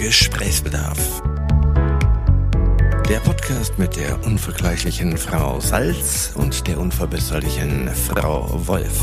Gesprächsbedarf. Der Podcast mit der unvergleichlichen Frau Salz und der unverbesserlichen Frau Wolf.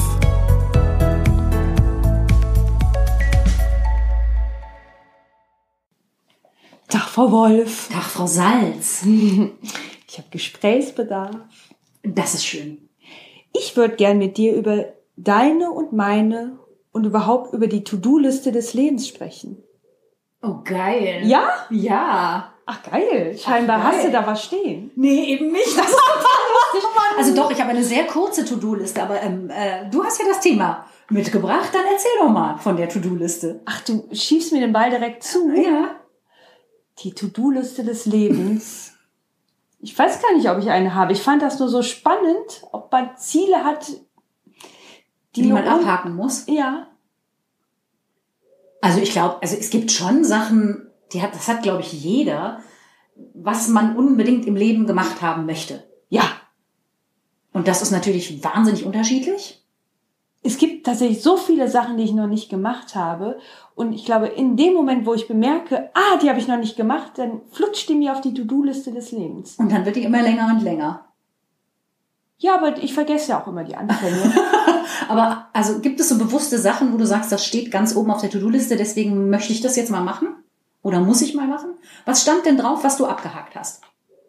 Tag, Frau Wolf. Tag, Frau Salz. Ich habe Gesprächsbedarf. Das ist schön. Ich würde gern mit dir über deine und meine und überhaupt über die To-Do-Liste des Lebens sprechen. Oh, geil. Ja? Ja. Ach, geil. Scheinbar geil. Hast du da was stehen. Nee, eben nicht. Das ist total lustig. Also doch, ich habe eine sehr kurze To-Do-Liste, aber du hast ja das Thema mitgebracht. Dann erzähl doch mal von der To-Do-Liste. Ach, du schiebst mir den Ball direkt zu? Ja. Die To-Do-Liste des Lebens. Ich weiß gar nicht, ob ich eine habe. Ich fand das nur so spannend, ob man Ziele hat, Die man abhaken muss. Ja. Also ich glaube, es gibt schon Sachen, das hat, glaube ich, jeder, was man unbedingt im Leben gemacht haben möchte. Ja. Und das ist natürlich wahnsinnig unterschiedlich. Es gibt tatsächlich so viele Sachen, die ich noch nicht gemacht habe. Und ich glaube, in dem Moment, wo ich bemerke, die habe ich noch nicht gemacht, dann flutscht die mir auf die To-Do-Liste des Lebens. Und dann wird die immer länger und länger. Ja, aber ich vergesse ja auch immer die Anfänge. Aber also gibt es so bewusste Sachen, wo du sagst, das steht ganz oben auf der To-Do-Liste, deswegen möchte ich das jetzt mal machen? Oder muss ich mal machen? Was stand denn drauf, was du abgehakt hast?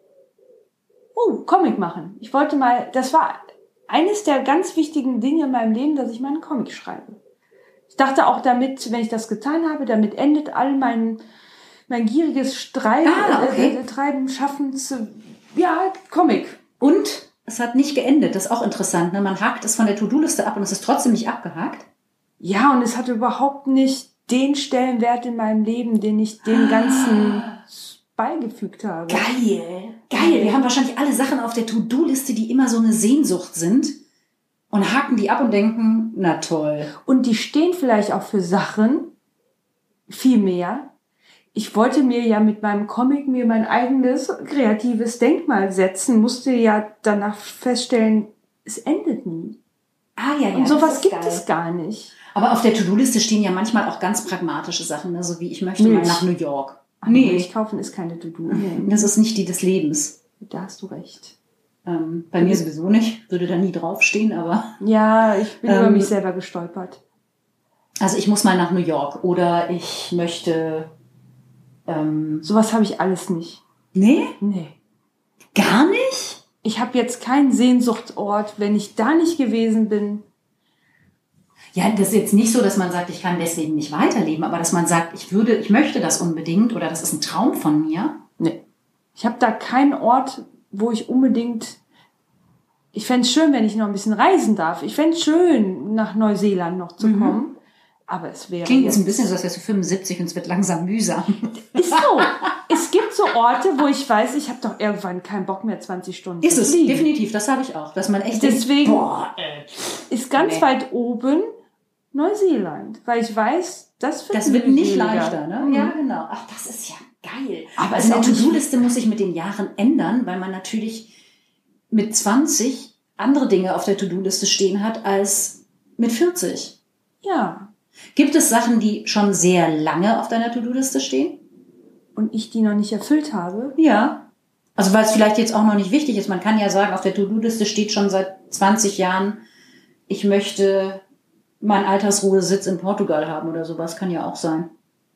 Comic machen. Ich wollte mal, das war eines der ganz wichtigen Dinge in meinem Leben, dass ich mal einen Comic schreibe. Ich dachte auch damit, wenn ich das getan habe, damit endet all mein gieriges Treiben, Schaffen, Comic. Und es hat nicht geendet, das ist auch interessant. Ne? Man hakt es von der To-Do-Liste ab und es ist trotzdem nicht abgehakt. Ja, und es hat überhaupt nicht den Stellenwert in meinem Leben, den ich dem Ganzen beigefügt habe. Geil. Wir haben wahrscheinlich alle Sachen auf der To-Do-Liste, die immer so eine Sehnsucht sind und haken die ab und denken, na toll. Und die stehen vielleicht auch für Sachen, viel mehr. Ich wollte mir ja mit meinem Comic mein eigenes kreatives Denkmal setzen, musste ja danach feststellen, es endet nie. Ja. Und sowas gibt es gar nicht. Aber auf der To-Do-Liste stehen ja manchmal auch ganz pragmatische Sachen, ne? So wie ich möchte mal nach New York. Milch kaufen ist keine To-Do. Nee. Das ist nicht die des Lebens. Da hast du recht. Bei mir sowieso nicht. Würde da nie draufstehen, aber... Ja, ich bin über mich selber gestolpert. Also ich muss mal nach New York oder ich möchte... Sowas habe ich alles nicht. Nee? Nee. Gar nicht? Ich habe jetzt keinen Sehnsuchtsort, wenn ich da nicht gewesen bin. Ja, das ist jetzt nicht so, dass man sagt, ich kann deswegen nicht weiterleben, aber dass man sagt, ich möchte das unbedingt oder das ist ein Traum von mir. Nee. Ich habe da keinen Ort, wo ich unbedingt... Ich fände es schön, wenn ich noch ein bisschen reisen darf. Ich fände es schön, nach Neuseeland noch zu kommen. Aber es wäre... Klingt jetzt ein bisschen so, als wärst du 75 und es wird langsam mühsam. Ist so. Es gibt so Orte, wo ich weiß, ich habe doch irgendwann keinen Bock mehr, 20 Stunden zu fliegen. Ist es, definitiv. Das habe ich auch. Dass man echt deswegen denkt, ist ganz weit oben Neuseeland. Weil ich weiß, das wird nicht leichter. Ne? Ja, genau. Ach, das ist ja geil. Aber also eine To-Do-Liste muss sich mit den Jahren ändern, weil man natürlich mit 20 andere Dinge auf der To-Do-Liste stehen hat als mit 40. Ja. Gibt es Sachen, die schon sehr lange auf deiner To-Do-Liste stehen? Und ich die noch nicht erfüllt habe? Ja. Also weil es vielleicht jetzt auch noch nicht wichtig ist. Man kann ja sagen, auf der To-Do-Liste steht schon seit 20 Jahren, ich möchte meinen Altersruhesitz in Portugal haben oder sowas. Kann ja auch sein.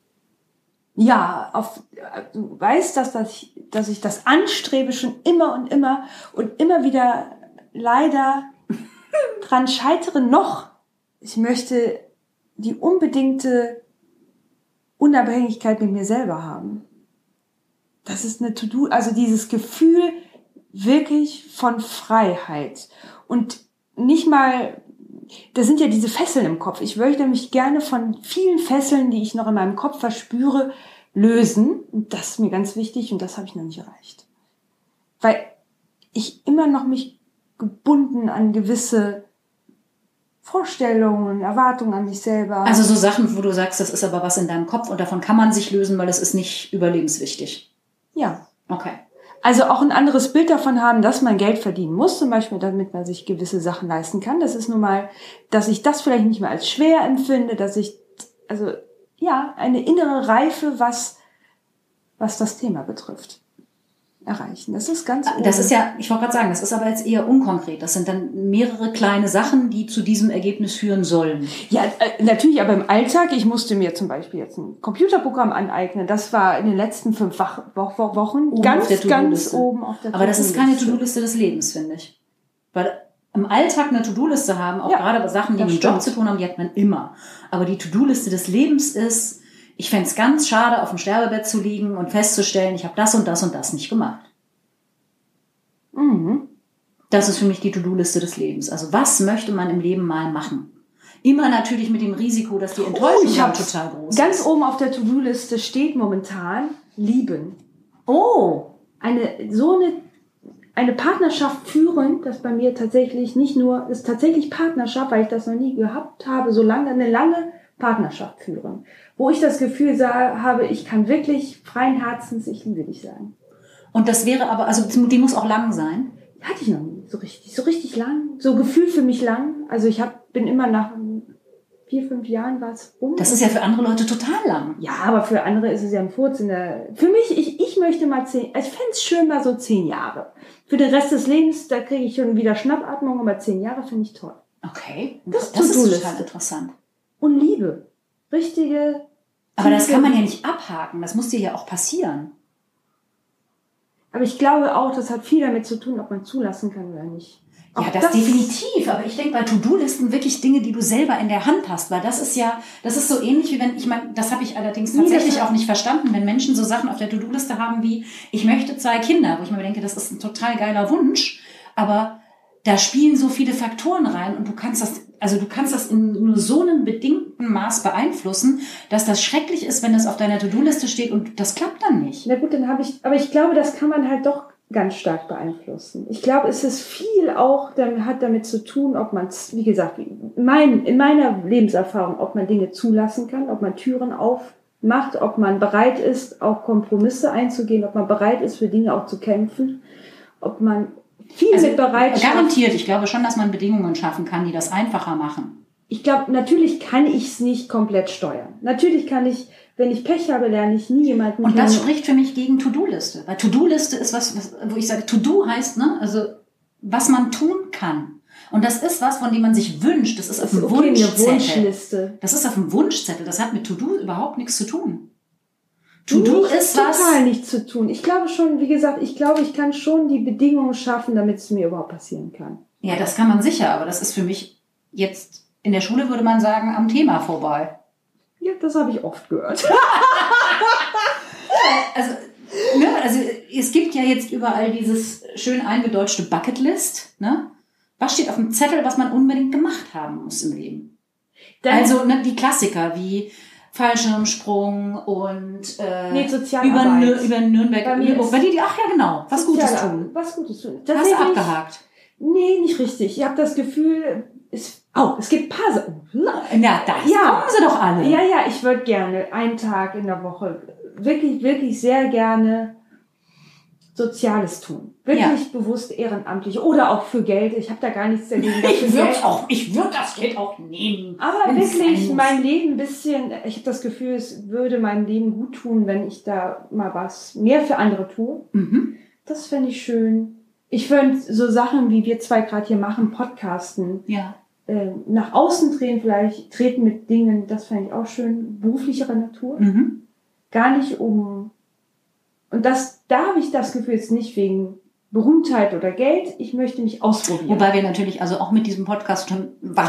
Ja, du weißt, dass ich das anstrebe schon immer und immer wieder leider dran scheitere noch. Ich möchte die unbedingte Unabhängigkeit mit mir selber haben. Das ist eine To-Do, also dieses Gefühl wirklich von Freiheit. Und nicht mal, da sind ja diese Fesseln im Kopf. Ich möchte mich gerne von vielen Fesseln, die ich noch in meinem Kopf verspüre, lösen. Und das ist mir ganz wichtig und das habe ich noch nicht erreicht. Weil ich immer noch mich gebunden an gewisse Vorstellungen, Erwartungen an mich selber. Also so Sachen, wo du sagst, das ist aber was in deinem Kopf und davon kann man sich lösen, weil es ist nicht überlebenswichtig. Ja. Okay. Also auch ein anderes Bild davon haben, dass man Geld verdienen muss, zum Beispiel, damit man sich gewisse Sachen leisten kann. Das ist nun mal, dass ich das vielleicht nicht mehr als schwer empfinde, dass ich, eine innere Reife, was was das Thema betrifft, erreichen. Das ist ganz Das ist ja, ich wollte gerade sagen, das ist aber jetzt eher unkonkret. Das sind dann mehrere kleine Sachen, die zu diesem Ergebnis führen sollen. Ja, natürlich, aber im Alltag, ich musste mir zum Beispiel jetzt ein Computerprogramm aneignen. Das war in den letzten 5 Wochen ganz oben auf der To-Do-Liste. Aber das ist keine To-Do-Liste des Lebens, finde ich. Weil im Alltag eine To-Do-Liste haben, auch gerade bei Sachen, die mit dem Job zu tun haben, die hat man immer. Aber die To-Do-Liste des Lebens ist, ich fände es ganz schade, auf dem Sterbebett zu liegen und festzustellen, ich habe das und das und das nicht gemacht. Mhm. Das ist für mich die To-Do-Liste des Lebens. Also was möchte man im Leben mal machen? Immer natürlich mit dem Risiko, dass die Enttäuschung total groß ist. Ganz oben auf der To-Do-Liste steht momentan Lieben. Oh! Eine Partnerschaft führen, das bei mir tatsächlich nicht nur, ist tatsächlich Partnerschaft, weil ich das noch nie gehabt habe, eine lange Partnerschaft führen. Wo ich das Gefühl habe, ich kann wirklich freien Herzens, ich liebe dich sagen. Und das wäre aber, also die muss auch lang sein? Hatte ich noch nie, so richtig lang, so gefühlt für mich lang. Also bin immer nach 4, 5 Jahren war es rum. Das ist ja für andere Leute total lang. Ja, aber für andere ist es ja ein Furz für mich, ich möchte mal ich fände es schön mal so 10 Jahre. Für den Rest des Lebens, da kriege ich schon wieder Schnappatmung, aber 10 Jahre finde ich toll. Okay. Das ist total interessant. Und Liebe. Richtige. Aber das kann man ja nicht abhaken. Das muss dir ja auch passieren. Aber ich glaube auch, das hat viel damit zu tun, ob man zulassen kann oder nicht. Ja, das definitiv. Aber ich denke bei To-Do-Listen wirklich Dinge, die du selber in der Hand hast. Weil das ist so ähnlich wie wenn, ich meine, das habe ich allerdings tatsächlich auch nicht verstanden, wenn Menschen so Sachen auf der To-Do-Liste haben wie, ich möchte 2 Kinder, wo ich mir denke, das ist ein total geiler Wunsch, aber da spielen so viele Faktoren rein und du kannst das in nur so einem bedingten Maß beeinflussen, dass das schrecklich ist, wenn das auf deiner To-Do-Liste steht und das klappt dann nicht. Na gut, aber ich glaube, das kann man halt doch ganz stark beeinflussen. Ich glaube, es ist viel auch, hat damit zu tun, ob man es, wie gesagt, in meiner Lebenserfahrung, ob man Dinge zulassen kann, ob man Türen aufmacht, ob man bereit ist, auch Kompromisse einzugehen, ob man bereit ist, für Dinge auch zu kämpfen, ob man viel mit Bereitschaft... Garantiert, ich glaube schon, dass man Bedingungen schaffen kann, die das einfacher machen. Ich glaube, natürlich kann ich es nicht komplett steuern. Natürlich kann ich, wenn ich Pech habe, lerne ich nie jemanden kennen. Und das spricht für mich gegen To-Do-Liste. Weil To-Do-Liste ist was, wo ich sage, To-Do heißt, also was man tun kann. Und das ist was, von dem man sich wünscht. Das ist auf dem Wunschzettel. Eine Wunschliste. Das ist auf dem Wunschzettel. Das hat mit To-Do überhaupt nichts zu tun. To-Do ist was... total nichts zu tun. Ich glaube schon, wie gesagt, ich kann schon die Bedingungen schaffen, damit es mir überhaupt passieren kann. Ja, das kann man sicher, aber das ist für mich jetzt, in der Schule würde man sagen, am Thema vorbei. Ja, das habe ich oft gehört. Also es gibt ja jetzt überall dieses schön eingedeutschte Bucketlist, ne? Was steht auf dem Zettel, was man unbedingt gemacht haben muss im Leben? Die Klassiker wie Fallschirmsprung und über Nürnberg. Ach ja, genau. Was Gutes tun. Was Gutes tun. Hast du abgehakt? Nee, nicht richtig. Ich habe das Gefühl, es gibt Pause. Ja, kommen sie doch alle. Ja, ich würde gerne einen Tag in der Woche wirklich, wirklich sehr gerne Soziales tun. Wirklich bewusst ehrenamtlich oder auch für Geld. Ich habe da gar nichts dagegen. Ich würde das Geld auch nehmen. Aber wirklich mein Leben ein bisschen, ich habe das Gefühl, es würde meinem Leben gut tun, wenn ich da mal was mehr für andere tue. Mhm. Das fände ich schön. Ich finde so Sachen, wie wir 2 gerade hier machen, Podcasten, nach außen treten mit Dingen, das fände ich auch schön, beruflicherer Natur. Mhm. Gar nicht und da habe ich das Gefühl, jetzt nicht wegen Berühmtheit oder Geld, ich möchte mich ausprobieren. Wobei wir natürlich also auch mit diesem Podcast schon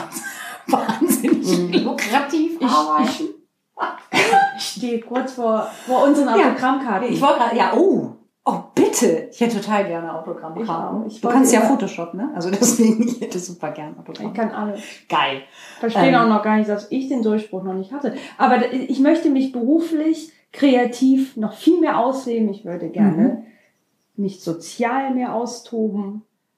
wahnsinnig lukrativ arbeiten. Ich stehe kurz vor unseren Autogrammkarten. Ich wollte gerade, oh bitte, ich hätte total gerne Autogrammkarten. Du kannst ja Photoshop, ne? Also deswegen, ich hätte super gerne Autogramm. Ich kann alle. Geil. Verstehen auch noch gar nicht, dass ich den Durchbruch noch nicht hatte. Aber ich möchte mich beruflich, kreativ noch viel mehr ausleben. Ich würde gerne mich sozial mehr austoben.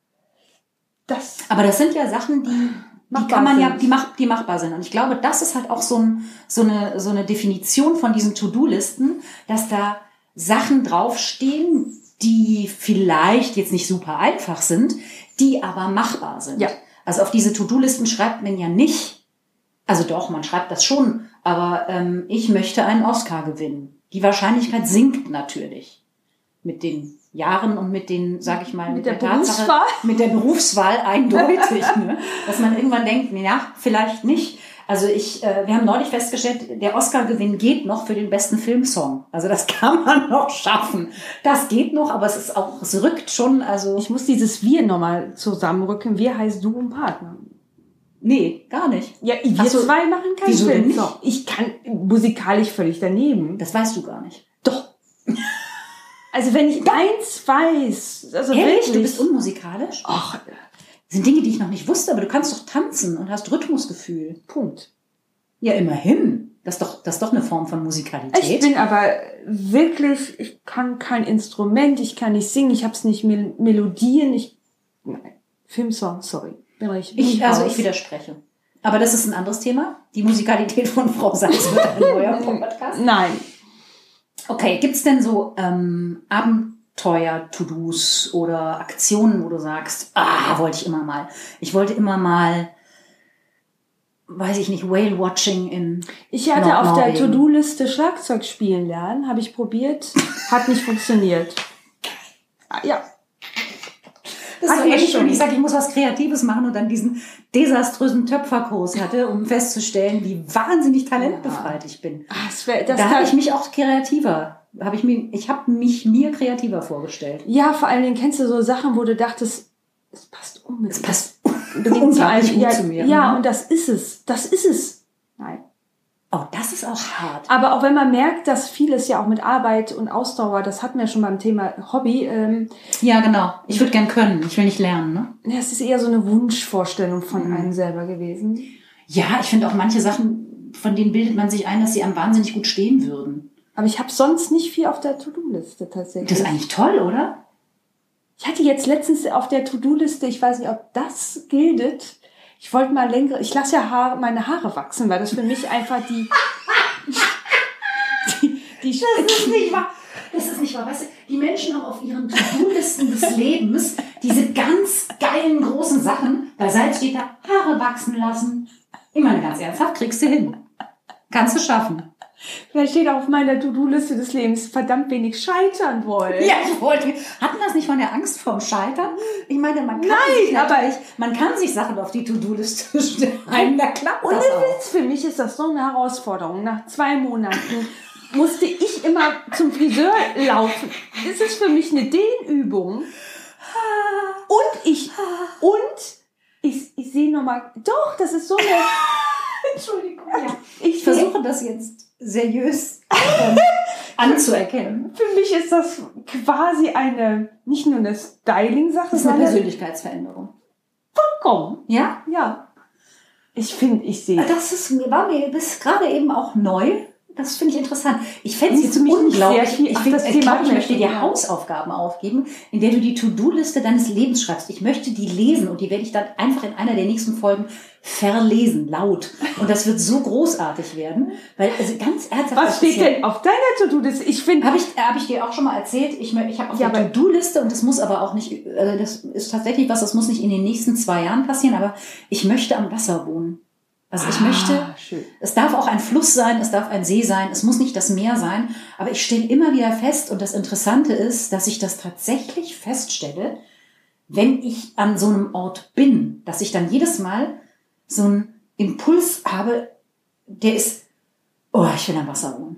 Aber das sind ja Sachen, die kann man die machbar sind. Und ich glaube, das ist halt auch so eine Definition von diesen To-Do-Listen, dass da Sachen draufstehen, die vielleicht jetzt nicht super einfach sind, die aber machbar sind. Ja. Also auf diese To-Do-Listen schreibt man ja nicht, also doch, man schreibt das schon, aber ich möchte einen Oscar gewinnen Die Wahrscheinlichkeit sinkt natürlich mit den Jahren und mit den, sag ich mal, mit der Tatsache, mit der Berufswahl eindeutig, ne? Dass man irgendwann denkt, ja, vielleicht nicht. Also wir haben neulich festgestellt, der Oscar-Gewinn geht noch für den besten Filmsong. Also das kann man noch schaffen. Das geht noch, aber es rückt schon, also. Ich muss dieses Wir nochmal zusammenrücken. Wir heißt du und Partner. Nee, gar nicht. Ja, wir zwei machen keinen Filmsong. Ich kann musikalisch völlig daneben. Das weißt du gar nicht. Doch. Also wenn ich eins weiß, also ehrlich, wirklich. Du bist unmusikalisch? Ach, das sind Dinge, die ich noch nicht wusste, aber du kannst doch tanzen und hast Rhythmusgefühl. Punkt. Ja, immerhin. Das ist doch eine Form von Musikalität. Ich bin aber wirklich, ich kann kein Instrument, ich kann nicht singen, ich hab's nicht Melodien, nein, Filmsong, sorry. Ich widerspreche. Aber das ist ein anderes Thema. Die Musikalität von Frau Salz wird ein neuer Podcast. Nein. Okay, gibt's denn so Abenteuer-To-Dos oder Aktionen, wo du sagst, ich wollte immer mal, weiß ich nicht, Whale-Watching in Ich hatte auf der To-Do-Liste Schlagzeug spielen lernen, habe ich probiert, hat nicht funktioniert. Ja. Das ist so ähnlich, wenn ich sage, ich muss was Kreatives machen und dann diesen desaströsen Töpferkurs hatte, um festzustellen, wie wahnsinnig talentbefreit ich bin. Da habe ich mich auch kreativer, ich habe mich mir kreativer vorgestellt. Ja, vor allen Dingen kennst du so Sachen, wo du dachtest, es passt unbedingt. Es passt unglaublich gut zu mir. Ja, und das ist es. Nein. Oh, das ist auch hart. Aber auch wenn man merkt, dass vieles ja auch mit Arbeit und Ausdauer, das hatten wir schon beim Thema Hobby. Ja, genau. Ich würde gern können. Ich will nicht lernen, ne? Ja, es ist eher so eine Wunschvorstellung von einem selber gewesen. Ja, ich finde auch manche Sachen, von denen bildet man sich ein, dass sie einem wahnsinnig gut stehen würden. Aber ich habe sonst nicht viel auf der To-Do-Liste tatsächlich. Das ist eigentlich toll, oder? Ich hatte jetzt letztens auf der To-Do-Liste, ich weiß nicht, ob das gilt. Ich wollte mal ich lasse ja meine Haare wachsen, weil das für mich einfach die Das ist nicht wahr. Das ist nicht wahr. Weißt du, die Menschen haben auf ihren To-Do-Listen des Lebens diese ganz geilen großen Sachen. Bei Salz steht da, Haare wachsen lassen. Ich meine, ganz ernsthaft, kriegst du hin. Kannst du schaffen. Vielleicht steht auf meiner To-Do-Liste des Lebens verdammt wenig scheitern wollen. Ja, hatten wir das nicht von der Angst vorm Scheitern? Ich meine, man kann sich Sachen auf die To-Do-Liste stellen. Da klappt das ohne auch. Witz, für mich ist das so eine Herausforderung. Nach 2 Monaten musste ich immer zum Friseur laufen. Das ist für mich eine Dehnübung. Und ich sehe nochmal, doch, das ist so eine... Entschuldigung, ja. Ich versuche das jetzt seriös anzuerkennen. Für mich ist das quasi nicht nur eine Styling-Sache, das ist eine Persönlichkeitsveränderung. Vollkommen. Ja? Ja. Ich sehe. War mir bis gerade eben auch neu. Das finde ich interessant. Ich fände es jetzt unglaublich. Ich möchte dir Hausaufgaben aufgeben, in der du die To-Do-Liste deines Lebens schreibst. Ich möchte die lesen und die werde ich dann einfach in einer der nächsten Folgen verlesen, laut. Und das wird so großartig werden, weil, also ganz ernsthaft. Was steht denn auf deiner To-Do-Liste? Habe ich dir auch schon mal erzählt. Ich habe auf der To-Do-Liste, und das muss aber auch nicht, also das ist tatsächlich was, das muss nicht in den nächsten 2 Jahren passieren, aber ich möchte am Wasser wohnen. Also ich möchte, es darf auch ein Fluss sein, es darf ein See sein, es muss nicht das Meer sein, aber ich stelle immer wieder fest, und das Interessante ist, dass ich das tatsächlich feststelle, wenn ich an so einem Ort bin, dass ich dann jedes Mal so einen Impuls habe, der ist, ich will am Wasser wohnen.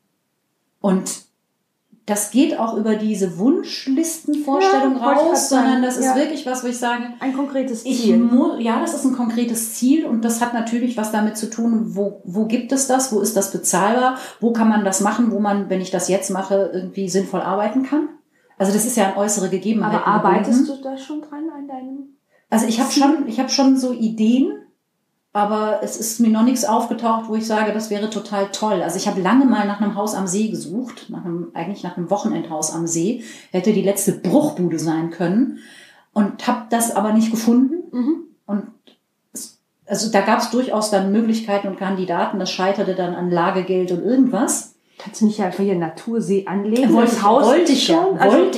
Und das geht auch über diese Wunschlistenvorstellung raus, sondern das ist wirklich was, wo ich sage, ein konkretes Ziel. Das ist ein konkretes Ziel, und das hat natürlich was damit zu tun, wo gibt es das, wo ist das bezahlbar, wo kann man das machen, wo man, wenn ich das jetzt mache, irgendwie sinnvoll arbeiten kann. Also das ist ja eine äußere Gegebenheit. Aber arbeitest du da schon dran an deinem? Also ich habe schon so Ideen, aber es ist mir noch nichts aufgetaucht, wo ich sage, das wäre total toll. Also ich habe lange mal nach einem Haus am See gesucht, eigentlich nach einem Wochenendhaus am See. Hätte die letzte Bruchbude sein können, und habe das aber nicht gefunden. Mhm. Und also da gab es durchaus dann Möglichkeiten und Kandidaten. Das scheiterte dann an Lagegeld und irgendwas. Kannst du nicht einfach hier Natursee anlegen? Wollte ich ja.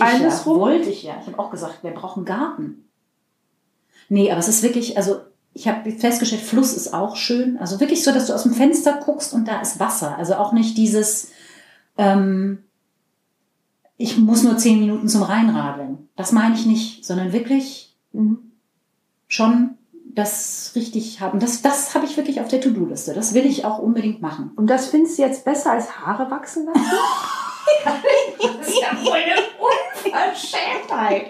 Ich habe auch gesagt, wer braucht einen Garten? Nee, aber es ist wirklich, also ich habe festgestellt, Fluss ist auch schön. Also wirklich so, dass du aus dem Fenster guckst und da ist Wasser. Also auch nicht dieses, ich muss nur 10 Minuten zum Reinradeln. Das meine ich nicht, sondern wirklich schon das richtig haben. Das habe ich wirklich auf der To-Do-Liste. Das will ich auch unbedingt machen. Und das findest du jetzt besser als Haare wachsen lassen? Das ist ja wohl eine Unverschämtheit.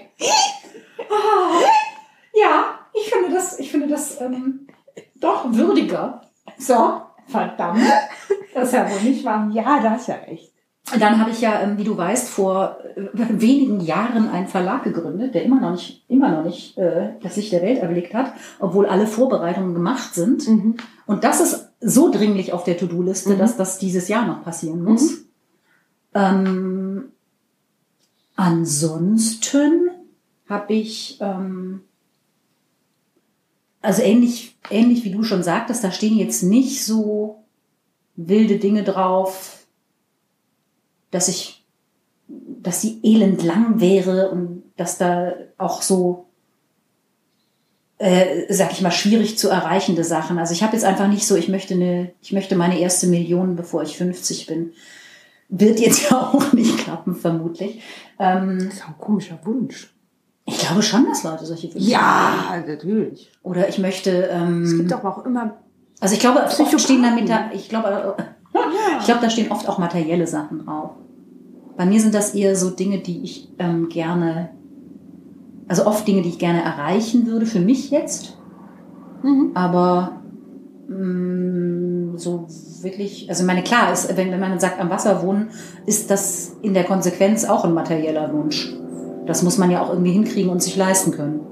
Ja, ich finde das doch würdiger. So, verdammt. Das ist ja wohl nicht wahr. Ja, das ist ja echt. Dann habe ich ja, wie du weißt, vor wenigen Jahren einen Verlag gegründet, der immer noch nicht das Licht der Welt erblickt hat, obwohl alle Vorbereitungen gemacht sind. Und das ist so dringlich auf der To-Do-Liste, dass das dieses Jahr noch passieren muss. Ansonsten habe ich, also ähnlich wie du schon sagtest, da stehen jetzt nicht so wilde Dinge drauf, dass die elend lang wäre und dass da auch so, sag ich mal, schwierig zu erreichende Sachen. Also ich habe jetzt einfach nicht so, ich möchte meine erste Million, bevor ich 50 bin. Wird jetzt ja auch nicht klappen, vermutlich. Das ist ein komischer Wunsch. Ich glaube schon, dass Leute solche Wünsche haben. Ja, natürlich. Oder ich möchte... es gibt doch auch immer... Also ich glaube, oft stehen da stehen oft auch materielle Sachen drauf. Bei mir sind das eher so Dinge, die ich gerne... Also oft Dinge, die ich gerne erreichen würde, für mich jetzt. Aber so wirklich... Also ich meine, klar, ist, wenn man sagt, am Wasser wohnen, ist das in der Konsequenz auch ein materieller Wunsch. Das muss man ja auch irgendwie hinkriegen und sich leisten können.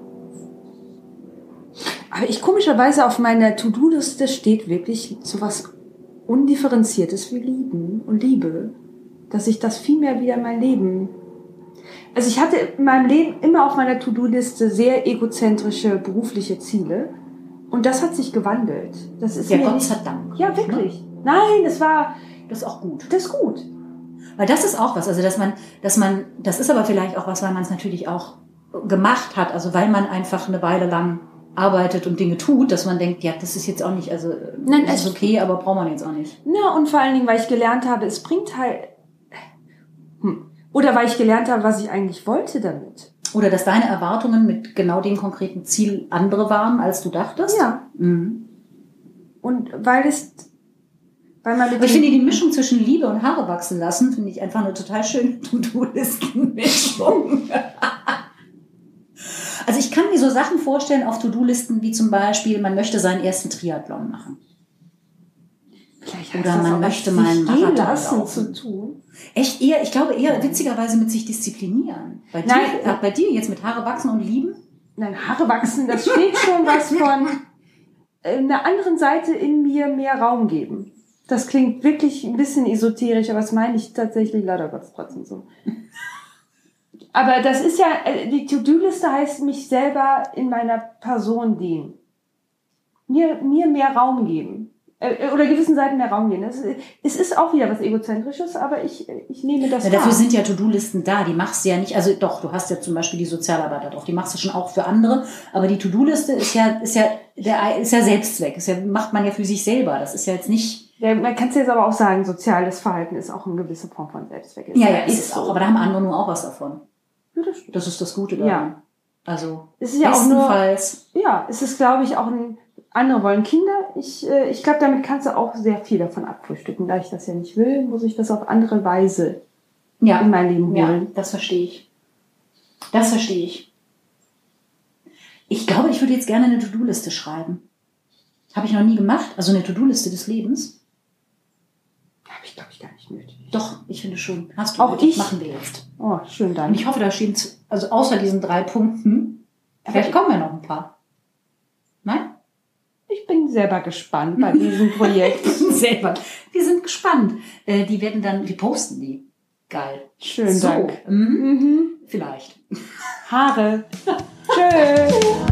Aber komischerweise auf meiner To-Do-Liste steht wirklich so was Undifferenziertes wie Lieben und Liebe. Dass ich das viel mehr wieder in mein Leben... Also ich hatte in meinem Leben immer auf meiner To-Do-Liste sehr egozentrische berufliche Ziele. Und das hat sich gewandelt. Das ist ja, Gott sei Dank. Ja, wirklich. Nein, das ist auch gut. Das ist gut. Weil das ist auch was, also das ist aber vielleicht auch was, weil man es natürlich auch gemacht hat, also weil man einfach eine Weile lang arbeitet und Dinge tut, dass man denkt, ja, das ist jetzt auch nicht, also nein, das ist okay, aber braucht man jetzt auch nicht. Na, und vor allen Dingen, weil ich gelernt habe, es bringt halt, oder weil ich gelernt habe, was ich eigentlich wollte damit. Oder dass deine Erwartungen mit genau dem konkreten Ziel andere waren, als du dachtest. Ja. Und weil man aber ich finde die Mischung zwischen Liebe und Haare wachsen lassen, finde ich einfach eine total schöne To-Do-Listen-Mischung. Also ich kann mir so Sachen vorstellen auf To-Do-Listen, wie zum Beispiel, man möchte seinen ersten Triathlon machen. Oder man möchte mal einen Marathon laufen. Zu tun. Echt eher, ich glaube eher witzigerweise mit sich disziplinieren. Bei dir jetzt mit Haare wachsen und lieben? Nein, Haare wachsen, das steht schon was von einer anderen Seite in mir mehr Raum geben. Das klingt wirklich ein bisschen esoterisch, aber das meine ich tatsächlich leider Gottes trotzdem so. Aber das ist ja, die To-Do-Liste heißt mich selber in meiner Person dienen. Mir mehr Raum geben. Oder gewissen Seiten mehr Raum geben. Es ist auch wieder was Egozentrisches, aber ich nehme das wahr. Dafür sind ja To-Do-Listen da, die machst du ja nicht, also doch, du hast ja zum Beispiel die Sozialarbeit da drauf, die machst du schon auch für andere, aber die To-Do-Liste ist ja Selbstzweck, macht man ja für sich selber, das ist ja jetzt nicht... Ja, man kann es jetzt aber auch sagen, soziales Verhalten ist auch eine gewisse Form von Selbstzweck. Ja, ist es auch, aber da haben andere nur auch was davon. Ja, das ist das Gute daran. Ja. Also, es ist ja bestenfalls... es ist, glaube ich, auch andere wollen Kinder. Ich glaube, damit kannst du auch sehr viel davon abfrühstücken. Da ich das ja nicht will, muss ich das auf andere Weise in mein Leben holen. Ja, das verstehe ich. Ich glaube, ich würde jetzt gerne eine To-Do-Liste schreiben. Habe ich noch nie gemacht. Also eine To-Do-Liste des Lebens. Habe ich, glaube ich, gar nicht nötig. Doch, ich finde schon. Hast du auch nötig. Machen wir jetzt. Oh, schön, danke. Und ich hoffe, da stehen, also außer diesen 3 Punkten, vielleicht kommen ja noch ein paar. Nein? Ich bin selber gespannt bei diesem Projekt. Wir sind gespannt. Wir posten die. Geil. Schön, Dank. Vielleicht. Haare. Tschö.